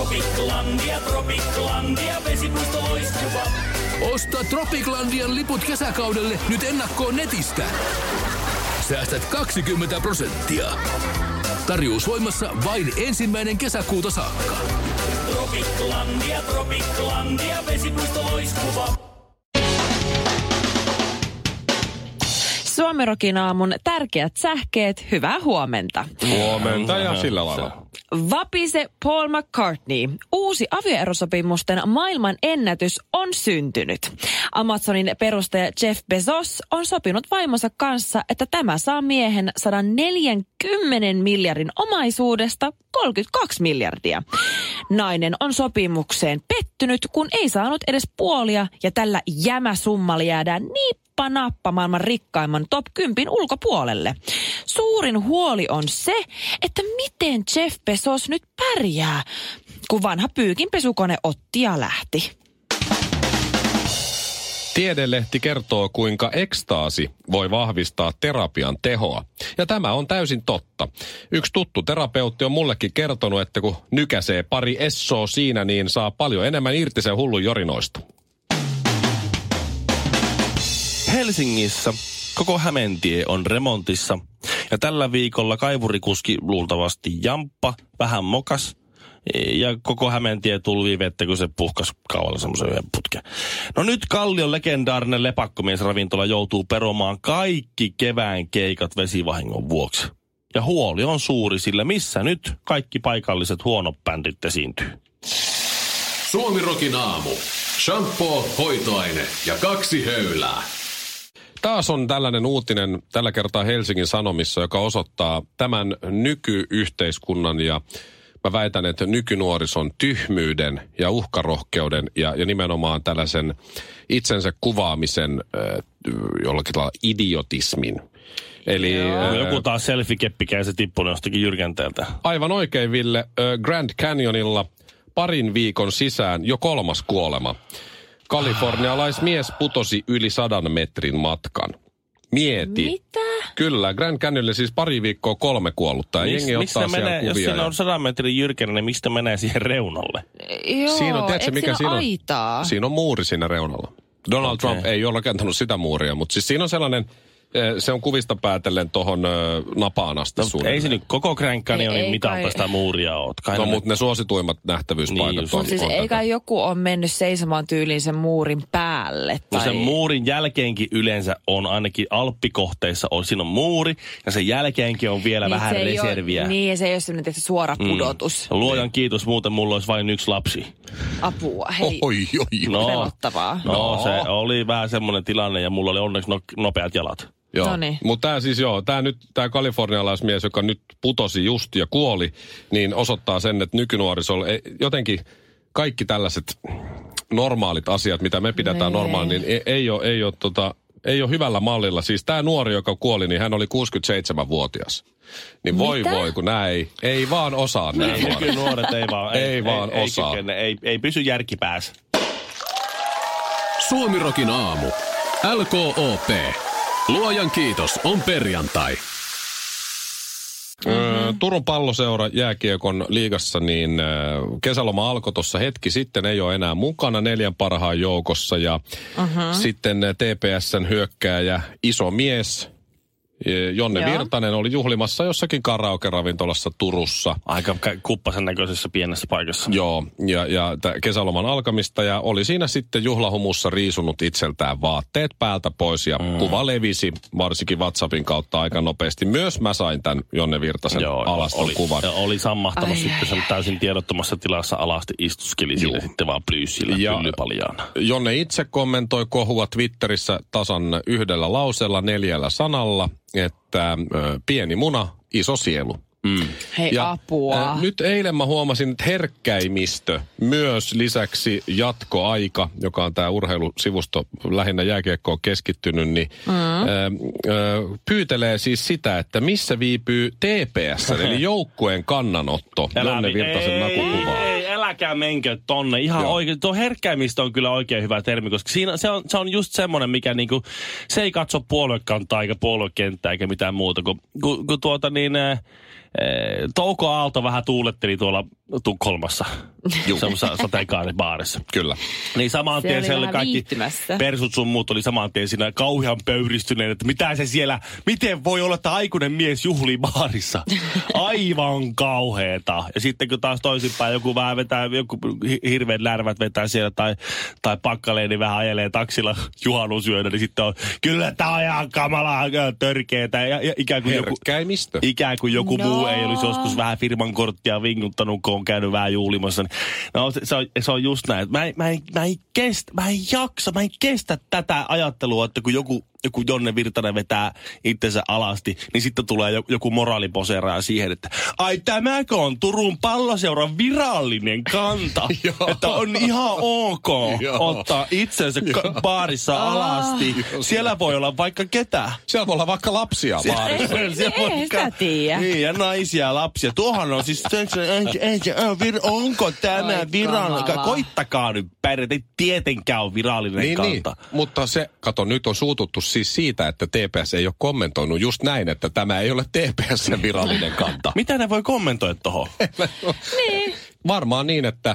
Tropiclandia, vesipuisto loistuva. Osta Tropiclandian liput kesäkaudelle nyt ennakkoon netistä. Säästät 20%. Tarjous voimassa vain 1. kesäkuuta saakka. Tropiclandia, vesipuisto loistuva. Suomirokin aamun tärkeät sähkeet, hyvää huomenta. Huomenta ja sillä lailla. Vapise Paul McCartney. Uusi avioerosopimusten maailman ennätys on syntynyt. Amazonin perustaja Jeff Bezos on sopinut vaimonsa kanssa, että tämä saa miehen 140 miljardin omaisuudesta 32 miljardia. Nainen on sopimukseen pettynyt, kun ei saanut edes puolia ja tällä jämäsummalla jäädään nappa maailman rikkaimman top 10 ulkopuolelle. Suurin huoli on se, että miten Jeff Bezos nyt pärjää, kun vanha pyykinpesukone otti ja lähti. Tiedelehti kertoo, kuinka ekstaasi voi vahvistaa terapian tehoa. Ja tämä on täysin totta. Yksi tuttu terapeutti on mullekin kertonut, että kun nykäsee pari essoo siinä, niin saa paljon enemmän irti sen hullun jorinoista. Helsingissä koko Hämeentie on remontissa ja tällä viikolla kaivurikuski luultavasti jamppa, vähän mokas ja koko Hämeentie tulvii vettä, kun se puhkas kaavalla semmoisen yhden putken. No nyt Kallion legendaarinen lepakkomiesravintola joutuu perumaan kaikki kevään keikat vesivahingon vuoksi. Ja huoli on suuri, sillä missä nyt kaikki paikalliset huonot bändit esiintyy. Suomirokin aamu. Shampoo, hoitoaine ja 2 höylää. Taas on tällainen uutinen tällä kertaa Helsingin Sanomissa, joka osoittaa tämän nykyyhteiskunnan ja mä väitän, että nykynuorison tyhmyyden ja uhkarohkeuden ja nimenomaan tällaisen itsensä kuvaamisen jollakin tavalla idiotismin. Eli joku taas selfie-keppikäisen tippunut jostakin jyrkänteeltä. Aivan oikein, Ville. Grand Canyonilla parin viikon sisään jo 3. kuolema. Kalifornialaismies putosi yli 100 metrin matkan. Mieti. Mitä? Kyllä, Grand Canyonille siis pari viikkoa 3 kuollutta. Jengi ottaa siellä kuvia. Jos siinä on 100 metrin jyrkänä, niin mistä menee siihen reunalle? Joo, siinä on, tiedätkö, mikä siinä on? Aitaa? Siinä on muuri siinä reunalla. Donald Trump ei ole rakentanut sitä muuria, mutta siis siinä on sellainen, se on kuvista päätellen tohon napaan asti suunnilleen. Ei se nyt koko Grand Canyonin mitalta sitä muuria ole. No, mutta ne suosituimmat nähtävyyspaikat niin, on. Siis eikä joku on mennyt seisomaan tyyliin sen muurin päälle. No sen muurin jälkeenkin yleensä on ainakin alppikohteissa, siinä on muuri ja sen jälkeenkin on vielä niin vähän reserviä. Niin, ja se ei ole sellainen suora pudotus. Luojan kiitos, muuten mulla olisi vain 1 lapsi. Apua, hei. Oi. Pelottavaa. No, se oli vähän semmoinen tilanne ja mulla oli onneksi nopeat jalat. Joo, mutta tämä kalifornialaismies, joka nyt putosi just ja kuoli, niin osoittaa sen, että nykynuorisolla jotenkin kaikki tällaiset normaalit asiat, mitä me pidetään normaalina, niin ei ole hyvällä mallilla. Siis tämä nuori, joka kuoli, niin hän oli 67-vuotias. Niin voi, kun nämä ei vaan osaa nämä nuoret. Nykynuoret ei vaan osaa. Ei pysy järki päässä. Suomirokin aamu. LKOP. Luojan kiitos, on perjantai. Turun Palloseura jääkiekon liigassa, niin kesäloma alkoi tuossa hetki sitten, ei ole enää mukana 4 parhaan joukossa. Ja sitten TPS:n hyökkääjä, iso mies, Jonne Virtanen oli juhlimassa jossakin karaoke-ravintolassa Turussa. Aika kuppasen näköisessä pienessä paikassa. Joo, ja kesäloman alkamista, ja oli siinä sitten juhlahumussa riisunut itseltään vaatteet päältä pois, ja kuva levisi varsinkin WhatsAppin kautta aika nopeasti. Myös mä sain tämän Jonne Virtasen alaston kuvan. Ja oli sammahtanut sitten sen täysin tiedottomassa tilassa alasti, istuskeli sille sitten vaan plyysillä pyllypaljaana. Jonne itse kommentoi kohua Twitterissä tasan 1 lauseella 4 sanalla, että pieni muna, iso sielu. Hei, ja apua. Nyt eilen mä huomasin, että herkkäimistö, myös lisäksi jatkoaika, joka on tämä urheilusivusto lähinnä jääkiekkoon keskittynyt, niin pyytelee siis sitä, että missä viipyy TPS, eli joukkueen kannanotto, Jonne Virtasen nakukuvaa. Äläkää menkö tonne. Ihan oikein. Tuo herkkäimistö on kyllä oikein hyvä termi, koska siinä se on just semmoinen, mikä niinku, se ei katso puoluekantaa eikä puoluekenttää eikä mitään muuta. Kun Touko Aalto vähän tuuletteli tuolla Tukholmassa. Semmoisessa sateenkaaribaarissa. Kyllä. Niin saman tien se oli siellä kaikki persut sun muut oli saman tien siinä kauhean pöyristyneen, että mitä se siellä, miten voi olla, että aikuinen mies juhlii baarissa. Aivan kauheeta. Ja sitten kun taas toisinpäin joku vähän vetää, joku hirveät lärvät vetää siellä tai pakkaleeni vähän ajelee taksilla juhannusyönä, niin sitten on, kyllä tää on ihan kamalaa törkeetä. Ja ikään kuin joku muu ei olisi joskus vähän firman korttia vinguttanut, kun on käynyt vähän juhlimassa. No se on just näin. Mä en kestä tätä ajattelua, että kun joku Jonne Virtanen vetää itsensä alasti, niin sitten tulee joku moraaliposeeraaja siihen, että ai tämäkö on Turun Palloseuran virallinen kanta, että on ihan ok ottaa itsensä baarissa alasti. Siellä voi olla vaikka ketä. Siellä voi olla vaikka lapsia baarissa. Ei sitä tiedä. Niin, ja naisia ja lapsia. Tuohan on siis, onko tämä virallinen? Koittakaa nyt pärjätä, ei tietenkään ole virallinen kanta. Niin, mutta se, kato, nyt on suututtu siis siitä, että TPS ei ole kommentoinut just näin, että tämä ei ole TPS:n virallinen kanta. Mitä ne voi kommentoida tohon? Niin. Varmaan niin, että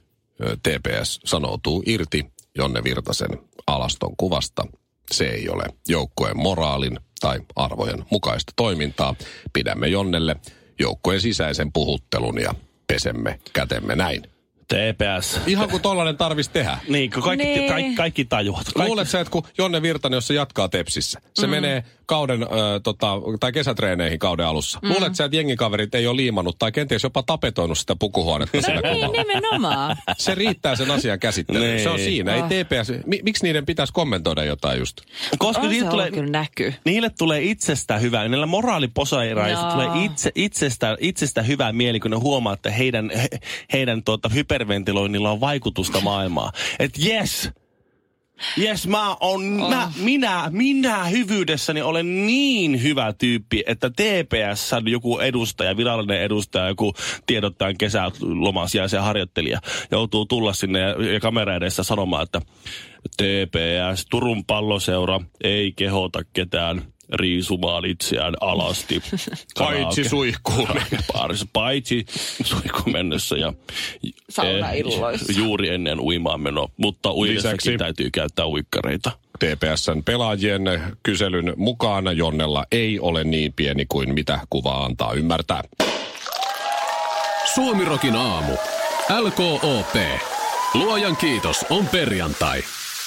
TPS sanoutuu irti Jonne Virtasen alaston kuvasta. Se ei ole joukkueen moraalin tai arvojen mukaista toimintaa. Pidämme Jonnelle joukkueen sisäisen puhuttelun ja pesemme kätemme näin. TPS. Ihan kuin tollainen tarvitsisi tehdä. Niin, kun kaikki tajuat. Luulet sä, että kun Jonne Virtanen, jos se jatkaa Tepsissä, se menee kauden, tai kesätreeneihin kauden alussa. Luulet sä, että jengikaverit ei ole liimannut tai kenties jopa tapetoinut sitä pukuhuonetta sillä kuvalla? Niin, nimenomaan. Se riittää sen asian käsittelyyn. Se on siinä. Ei TPS. Miksi niiden pitäisi kommentoida jotain just? Koska niille tulee itsestä hyvää. Niillä moraaliposairaisilla tulee itsestä hyvää mieli, kun ne huomaa, että heidän hyperventiloinnilla on vaikutusta maailmaan. Että Jes, minä hyvyydessäni olen niin hyvä tyyppi, että TPS joku edustaja, virallinen edustaja, joku tiedottajan kesälomasijaisen harjoittelija joutuu tulla sinne ja kamera edessä sanomaan, että TPS, Turun Palloseura, ei kehota ketään riisumaan itseään alasti. Paitsi suihkuun. Paitsi suihkuun mennessä ja saunailloissa. Juuri ennen uimaan menoa. Mutta uidessakin täytyy käyttää uikkareita. TPS:n pelaajien kyselyn mukaan Jonnella ei ole niin pieni kuin mitä kuva antaa ymmärtää. Suomirokin aamu. LKOP. Luojan kiitos, on perjantai.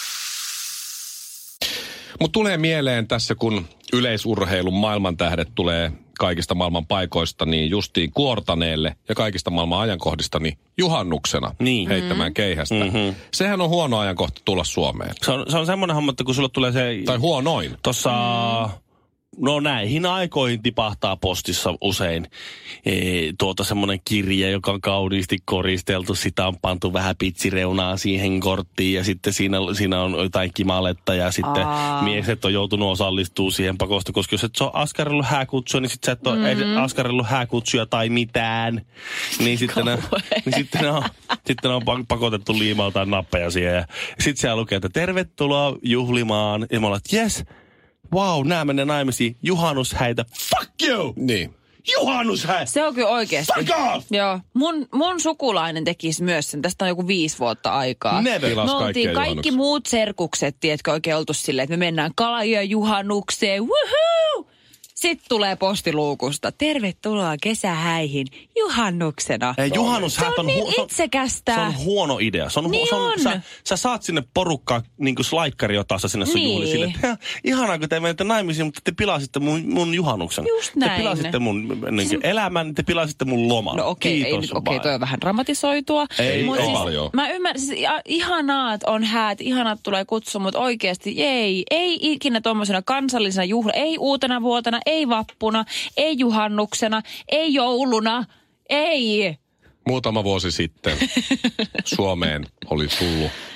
Mutta tulee mieleen tässä, kun yleisurheilun maailmantähdet tulee kaikista maailman paikoista, niin justiin kuortaneelle ja kaikista maailman ajankohdista, niin juhannuksena heittämään keihästä. Mm-hmm. Sehän on huono ajankohta tulla Suomeen. Se on semmoinen homma, että kun sulla tulee se... Tai huonoin. No näihin aikoihin tipahtaa postissa usein semmoinen kirje, joka on kauniisti koristeltu. Sitä on pantu vähän pitsireunaa siihen korttiin ja sitten siinä on jotain kimaletta ja sitten miehet on joutunut osallistumaan siihen pakosta. Koska jos et ole askarellut hääkutsua, niin sitten sä et ole askarellut hääkutsuja tai mitään. Niin sitten on pakotettu liimautaan nappeja siihen. Ja sitten siellä lukee, että tervetuloa juhlimaan. Ja mä olen, että jes. Wow, nää menee naimisiin. Juhannushäitä. Fuck you! Niin. Juhannushäitä! Se on kyllä oikeasti. Fuck off! Joo. Mun sukulainen tekisi myös sen. Tästä on joku 5 vuotta aikaa. Me oltiin kaikki muut serkukset, tiedätkö, oikein oltu silleen, että me mennään Kalajoen juhannukseen. Woohoo! Sitten tulee postiluukusta. Tervetuloa kesähäihin juhannuksena. Juhannushäät on niin itsekästä. Se on huono idea. Sä saat sinne porukkaa niin kuin slaikkari otassa sinne sun juhli sille. Ihanaa, kun te menette naimisiin, mutta te pilasitte mun juhannuksen. Just näin. Te pilasitte mun elämän, te pilasitte mun loman. No okei, toi on vähän dramatisoitua. Ei siis, paljon. Mä ymmärrän, siis ihanaat on häät, ihanat tulee kutsu, mutta oikeasti ei ikinä tommosena kansallisena juhla, ei uutena vuotena, ei vappuna, ei juhannuksena, ei jouluna, ei. Muutama vuosi sitten Suomeen oli tullut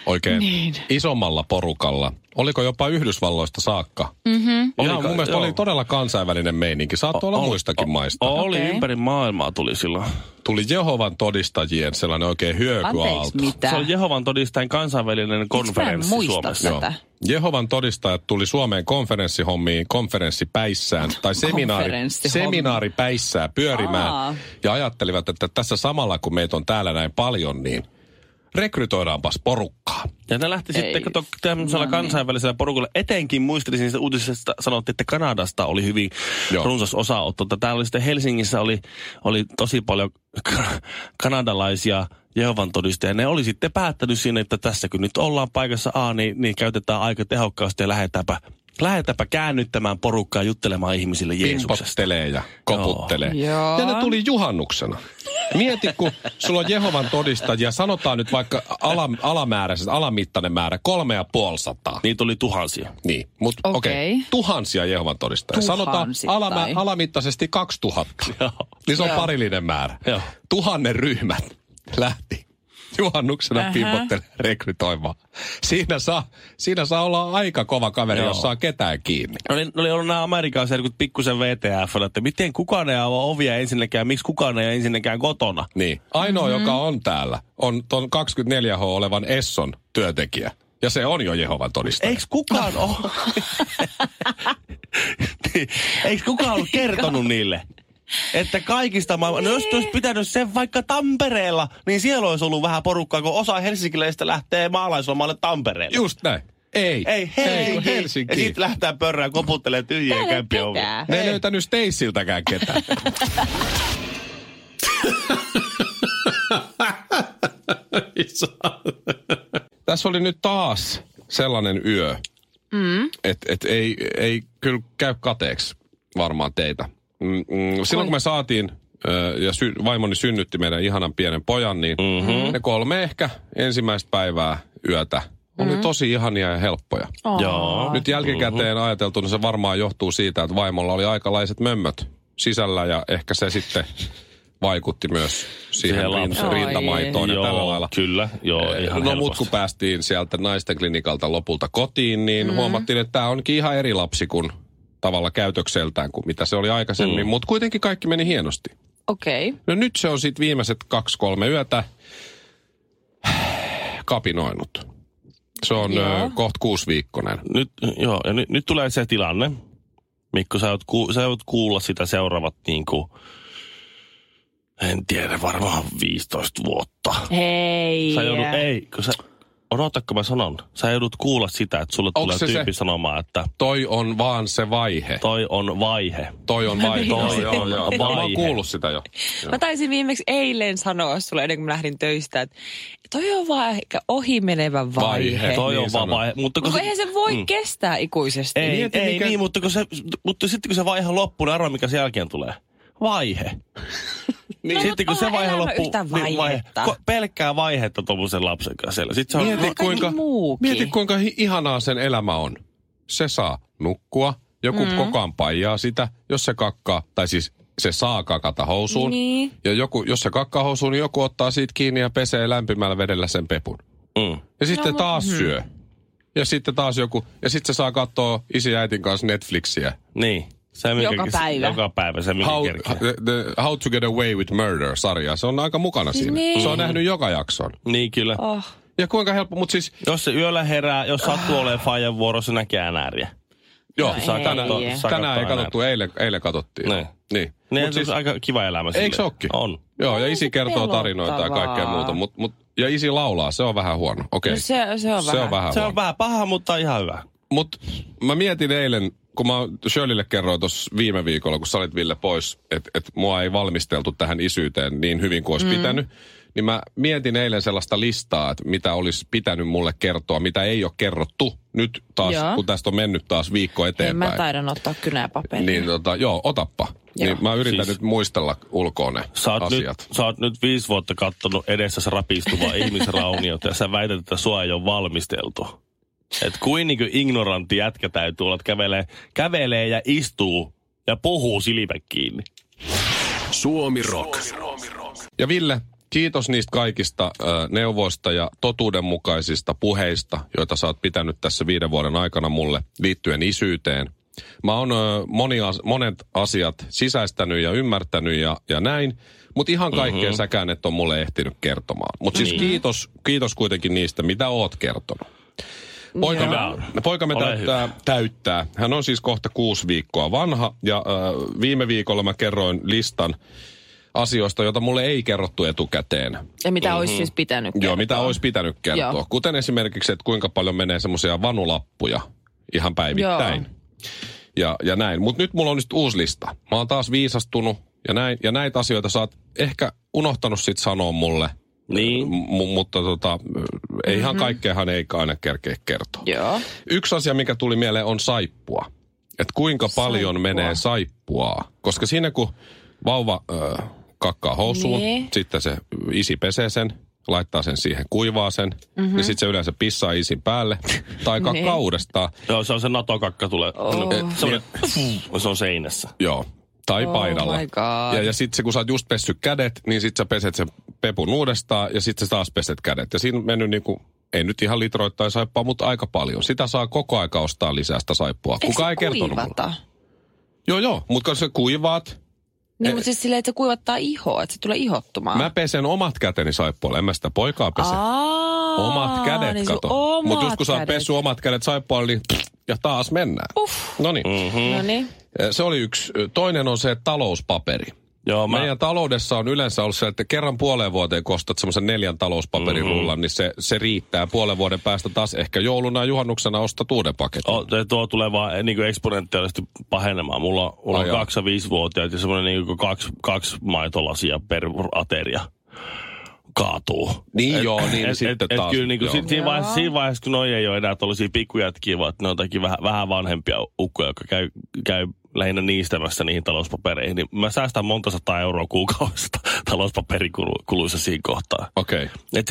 oikein isommalla porukalla. Oliko jopa Yhdysvalloista saakka? Mun mielestä oli todella kansainvälinen meininki. Saattoi olla muistakin maista. Oli, ympäri maailmaa tuli silloin. Tuli Jehovan todistajien sellainen oikein hyökyaalto. Se on Jehovan todistajien kansainvälinen konferenssi Suomessa. Tätä? Jehovan todistajat tuli Suomeen konferenssihommiin, konferenssipäissään tai seminaaripäissään pyörimään. Ja ajattelivat, että tässä samalla kun meitä on täällä näin paljon, niin rekrytoidaanpas porukkaa. Ja ne lähti sitten, kato, tämmöisellä kansainvälisellä porukalla, etenkin muistelisin niistä uutisista, sanottiin, että Kanadasta oli hyvin runsas osaotto. Täällä oli sitten Helsingissä oli tosi paljon kanadalaisia Jehovan todistajia. Ne oli sitten päättänyt siinä, että tässä kun nyt ollaan paikassa A, niin käytetään aika tehokkaasti ja lähdetäänpä käännyttämään porukkaa juttelemaan ihmisille Jeesuksesta. Pimpottelee ja koputtelee. Joo. Ja ne tuli juhannuksena. Mieti, kun sulla on Jehovan todistajia, sanotaan nyt vaikka alamittainen määrä, 350. Niin tuli tuhansia. Niin, mutta okei. Tuhansia Jehovan todistajia. Sanotaan alamittaisesti 2000. Niin se on parillinen määrä. 1000 ryhmät lähti juhannuksena pimpottelemaan rekrytoimaan. Siinä saa olla aika kova kaveri, jos saa ketään kiinni. Oli ollut nämä Amerikan serkut pikkusen VTF, että miten kukaan ei avaa ovia ensinnäkään, miksi kukaan ei ensinnäkään kotona. Niin. Ainoa, joka on täällä, on ton 24H olevan Esson työntekijä. Ja se on jo Jehovan todistaja. Eikö kukaan ole? Eikö kukaan ollut kertonut niille? Että kaikista maailman, jos olisi pitänyt sen vaikka Tampereella, niin siellä olisi ollut vähän porukkaa, kun osa helsinkiläistä lähtee maalaislomalle Tampereelle. Just näin. Ei Helsinki. Ja siitä lähtee pörrään koputtelemaan tyhjiä kämpiä ovia. Ne ei löytänyt Staceiltäkään ketään. Tässä oli nyt taas sellainen yö, että ei kyllä käy kateeksi varmaan teitä. Silloin kun me saatiin ja vaimoni synnytti meidän ihanan pienen pojan, niin ne 3 ehkä ensimmäistä päivää yötä oli tosi ihania ja helppoja. Joo. Nyt jälkikäteen ajateltuna se varmaan johtuu siitä, että vaimolla oli aikalaiset mömmöt sisällä ja ehkä se sitten vaikutti myös siihen rintamaitoon ja tällä lailla. Kyllä, ihan no mut kun päästiin sieltä naisten klinikalta lopulta kotiin, niin huomattiin, että tämä onkin ihan eri lapsi kuin tavalla käytökseltään kuin mitä se oli aikaisemmin, mutta kuitenkin kaikki meni hienosti. Okei. No nyt se on sitten viimeiset 2-3 yötä kapinoinut. Se on kohta 6-viikkoinen. Nyt tulee se tilanne. Mikko, sä joudut kuulla sitä seuraavat en tiedä, varmaan 15 vuotta. Hei. Odotakko mä sanon? Sä joudut kuulla sitä, että sulle tulee tyyppi sanomaan, että toi on vaan se vaihe. Toi on vaihe. Joo. Mä oon kuullut sitä jo. Mä taisin viimeksi eilen sanoa sulle, ennen kuin mä lähdin töistä, että toi on vaan ehkä ohimenevä vaihe. Toi on vaan vaihe. Mutta eihän se voi kestää ikuisesti. Ei, mutta sitten kun se vaihe loppuu, niin arvoa mikä sen jälkeen tulee. Vaihe. Niin, sitten kun se vaihe loppuu, pelkkää vaihetta tommosen lapsen kanssa. Sitten se on mieti kuinka ihanaa sen elämä on. Se saa nukkua, joku koko ajan paijaa sitä, jos se kakkaa, tai siis se saa kakata housuun. Niin. Ja jos se kakkaa housuun, niin joku ottaa siitä kiinni ja pesee lämpimällä vedellä sen pepun. Ja sitten taas syö. Ja sitten taas ja sitten se saa katsoa isi ja äitin kanssa Netflixiä. Niin. Joka päivä se How to Get Away with Murder-sarja. Se on aika mukana siinä. Niin. Se on nähnyt joka jakson. Niin, kyllä. Ja kuinka helppo, mutta siis... Jos se yöllä herää, jos sattuu olemaan faijan vuorossa, näkee äänääriä. Joo, tänään ei katsottu, eilen katsottiin. Niin. Niin, siis aika kiva elämä sille. Eikö se ookin? On. Joo, ja isi kertoo tarinoita ja kaikkea muuta, ja isi laulaa, se on vähän huono. Okei. No se on vähän. Se on vähän paha, mutta ihan hyvä. Mutta mä mietin eilen, kun mä Shirleylle kerroin tuossa viime viikolla, kun sä olit Ville pois, että mua ei valmisteltu tähän isyyteen niin hyvin kuin olisi pitänyt, niin mä mietin eilen sellaista listaa, että mitä olisi pitänyt mulle kertoa, mitä ei ole kerrottu. Nyt taas, kun tästä on mennyt taas viikko eteenpäin. Mä taidan ottaa kynäpaperia. Niin otappa. Niin mä yritän nyt muistella ulkoa ne asiat. Sä oot nyt 5 vuotta kattonut edessäsi rapistuvaa ihmisrauniota ja sä väität, että sua ei ole valmisteltu. Että kuin ignorantti jätkä täytyy olla, että kävelee ja istuu ja puhuu silmät kiinni. Suomi Rock. Ja Ville, Kiitos niistä kaikista neuvoista ja totuudenmukaisista puheista, joita sä oot pitänyt tässä 5 vuoden aikana mulle liittyen isyyteen. Mä oon monet asiat sisäistänyt ja ymmärtänyt ja näin, mutta ihan kaikkea säkään et on mulle ehtinyt kertomaan. Mutta siis kiitos kuitenkin niistä, mitä oot kertonut. Poikamme täyttää. Hän on siis kohta 6 viikkoa vanha ja viime viikolla mä kerroin listan asioista, joita mulle ei kerrottu etukäteen. Ja mitä olisi siis pitänyt kertoa. Joo, mitä olisi pitänyt kertoa. Joo. Kuten esimerkiksi, että kuinka paljon menee semmoisia vanulappuja ihan päivittäin. Ja näin. Mutta nyt mulla on nyt uusi lista. Mä oon taas viisastunut ja näin. Ja näitä asioita sä oot ehkä unohtanut sit sanoa mulle. Niin. Mutta ei ihan kaikkeahan ei aina kerkeä kertoa. Joo. Yksi asia, mikä tuli mieleen, on saippua. Että kuinka paljon menee saippua. Koska siinä kun vauva kakkaa housuun, sitten se isi pesee sen, laittaa sen siihen, kuivaa sen, ja sitten se yleensä pissaa isin päälle, tai kakkaa uudestaan. Joo, se on se natokakka tulee. Se on seinässä. Joo, tai paidalla. Ja sitten kun sä oot just pessyt kädet, niin sitten sä peset sen pepun uudestaan, ja sitten sä taas peset kädet. Ja siinä on mennyt niinku, ei nyt ihan litroittain saippua, mutta aika paljon. Sitä saa koko aika ostaa lisää sitä saippua. Kuka ei kertonut mulle? Joo, mutta kun sä kuivaat. Niin, mutta siis silleen, että se kuivattaa ihoa, että se tulee ihottumaan. Mä pesen omat käteni saippualle, en mä sitä poikaa pese. Omat kädet, niin kato. Mutta just kun sä oot pessyt omat kädet saippualle, niin ja taas mennään. Noniin. Se oli yksi. Toinen on se talouspaperi. Joo, meidän taloudessa on yleensä ollut se, että kerran puoleen vuoteen kun ostat semmoisen 4 talouspaperirullan, niin se riittää. Puolen vuoden päästä taas ehkä jouluna ja juhannuksena ostat uuden paketin. Tuo tulee vaan niin eksponentiaalisesti pahenemaan. Mulla on 2- ja 5-vuotiaat ja semmoinen niin kaksi maitolasia per ateria kaatuu. Niin niin sitten taas. Kyllä niin siinä vaiheessa, kun noi ei ole enää tuollaisia pikkujätkiä, vaan ne on jotakin vähän vanhempia ukkoja, jotka käy lähinnä niistämässä niihin talouspapereihin, niin mä säästän monta 100 euroa kuukaudesta talouspaperikuluissa siinä kohtaa. Okei.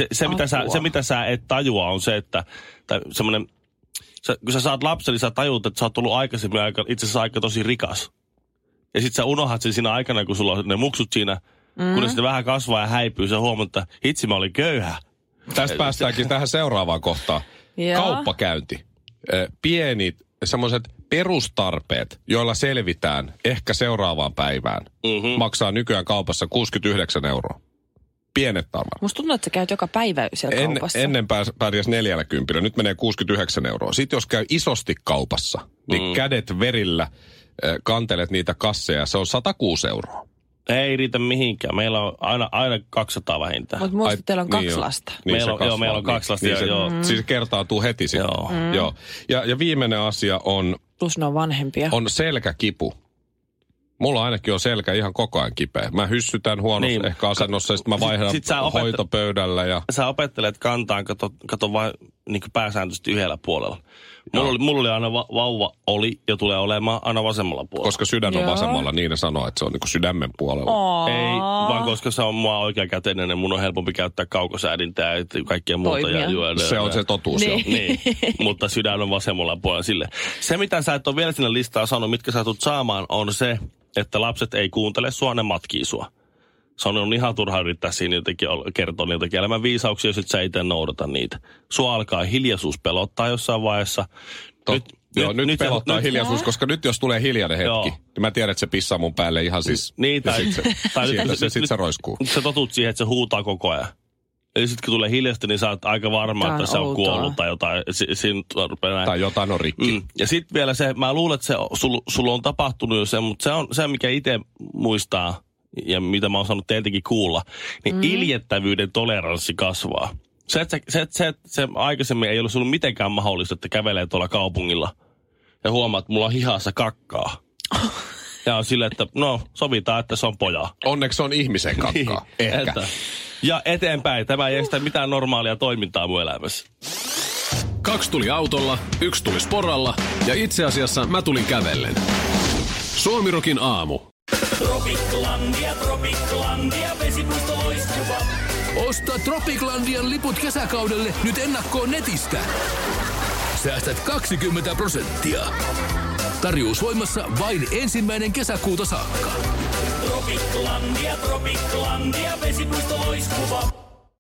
Se, mitä sä et tajua, on se, että semmoinen, kun sä saat lapsen, niin sä tajut, että sä oot ollut aikaisemmin itse asiassa aika tosi rikas. Ja sit sä unohdat sen siinä aikana, kun sulla on ne muksut siinä, kun ne sitten vähän kasvaa ja häipyy, sä huomaat, että hitsi mä olin köyhä. Tästä päästäänkin tähän seuraavaan kohtaan. Kauppakäynti. Pienit semmoiset perustarpeet, joilla selvitään ehkä seuraavaan päivään, maksaa nykyään kaupassa 69 euroa. Pienet tarpeet. Musta tuntuu, että sä käyt joka päivä siellä kaupassa. Ennen pärjäs 40, nyt menee 69 euroa. Sitten jos käy isosti kaupassa, niin kädet verillä kantelet niitä kasseja, se on 106 euroa. Ei riitä mihinkään. Meillä on aina 200 vähintään. Mutta muista, teillä on 2 lasta. Meillä on 2 lasta. Siis kertautuu heti sitten. Joo. Ja viimeinen asia on... Plus ne on vanhempia. On selkäkipu. Mulla ainakin on selkä ihan koko ajan kipeä. Mä hyssytän huonossa ehkä asennossa, ja sitten mä vaihdan hoitopöydällä. Ja... Sä opettelet kantaan, kato vain niin pääsääntöisesti yhdellä puolella. Mulla oli aina vauva ja tulee olemaan aina vasemmalla puolella. Koska sydän on vasemmalla, niin ne sanoo, että se on niin kuin sydämen puolella. Ei, vaan koska se on mua oikeakäteinen, niin mun on helpompi käyttää kaukosäädintää ja kaikkea muuta. Se on se totuus, niin. Mutta sydän on vasemmalla puolella sille. Se, mitä sä et ole vielä sinne listaa sanonut, mitkä sä tulet saamaan, on se, että lapset ei kuuntele sua, ne matkii sua. Se on ihan turha yrittää siinä jotenkin kertoa jotakin elämän viisauksia, jos et sä itse noudata niitä. Sua alkaa hiljaisuus pelottaa jossain vaiheessa. Nyt pelottaa hiljaisuus, koska nyt jos tulee hiljainen hetki, niin mä tiedän, että se pissaa mun päälle ihan siis. Niin, sit se roiskuu. Sä totut siihen, että se huutaa koko ajan. Eli sitten kun tulee hiljasta, niin sä oot aika varma, että se on kuollut tai jotain. Tai jotain on rikki. Ja sitten vielä se, mä luulen, että sulla on tapahtunut jo se, mutta se on se, mikä itse muistaa ja mitä mä oon saanut teiltäkin kuulla, niin iljettävyyden toleranssi kasvaa. Se aikaisemmin ei ollut sulla mitenkään mahdollista, että kävelee tuolla kaupungilla ja huomaat, että mulla on hihassa kakkaa. Ja on silleen, että sovitaan, että se on poja. Onneksi on ihmisen kakkaa. Ehkä. Ja eteenpäin. Tämä ei estä mitään normaalia toimintaa mun elämässä. 2 tuli autolla, 1 tuli sporalla ja itse asiassa mä tulin kävellen. Suomirokin aamu. Tropiklandia, vesipuisto loistuva. Osta Tropiklandian liput kesäkaudelle nyt ennakkoon netistä. Säästät 20%. Tarjous voimassa vain 1. kesäkuuta saakka. Tropiklandia, Tropiklandia, vesipuisto loiskuva.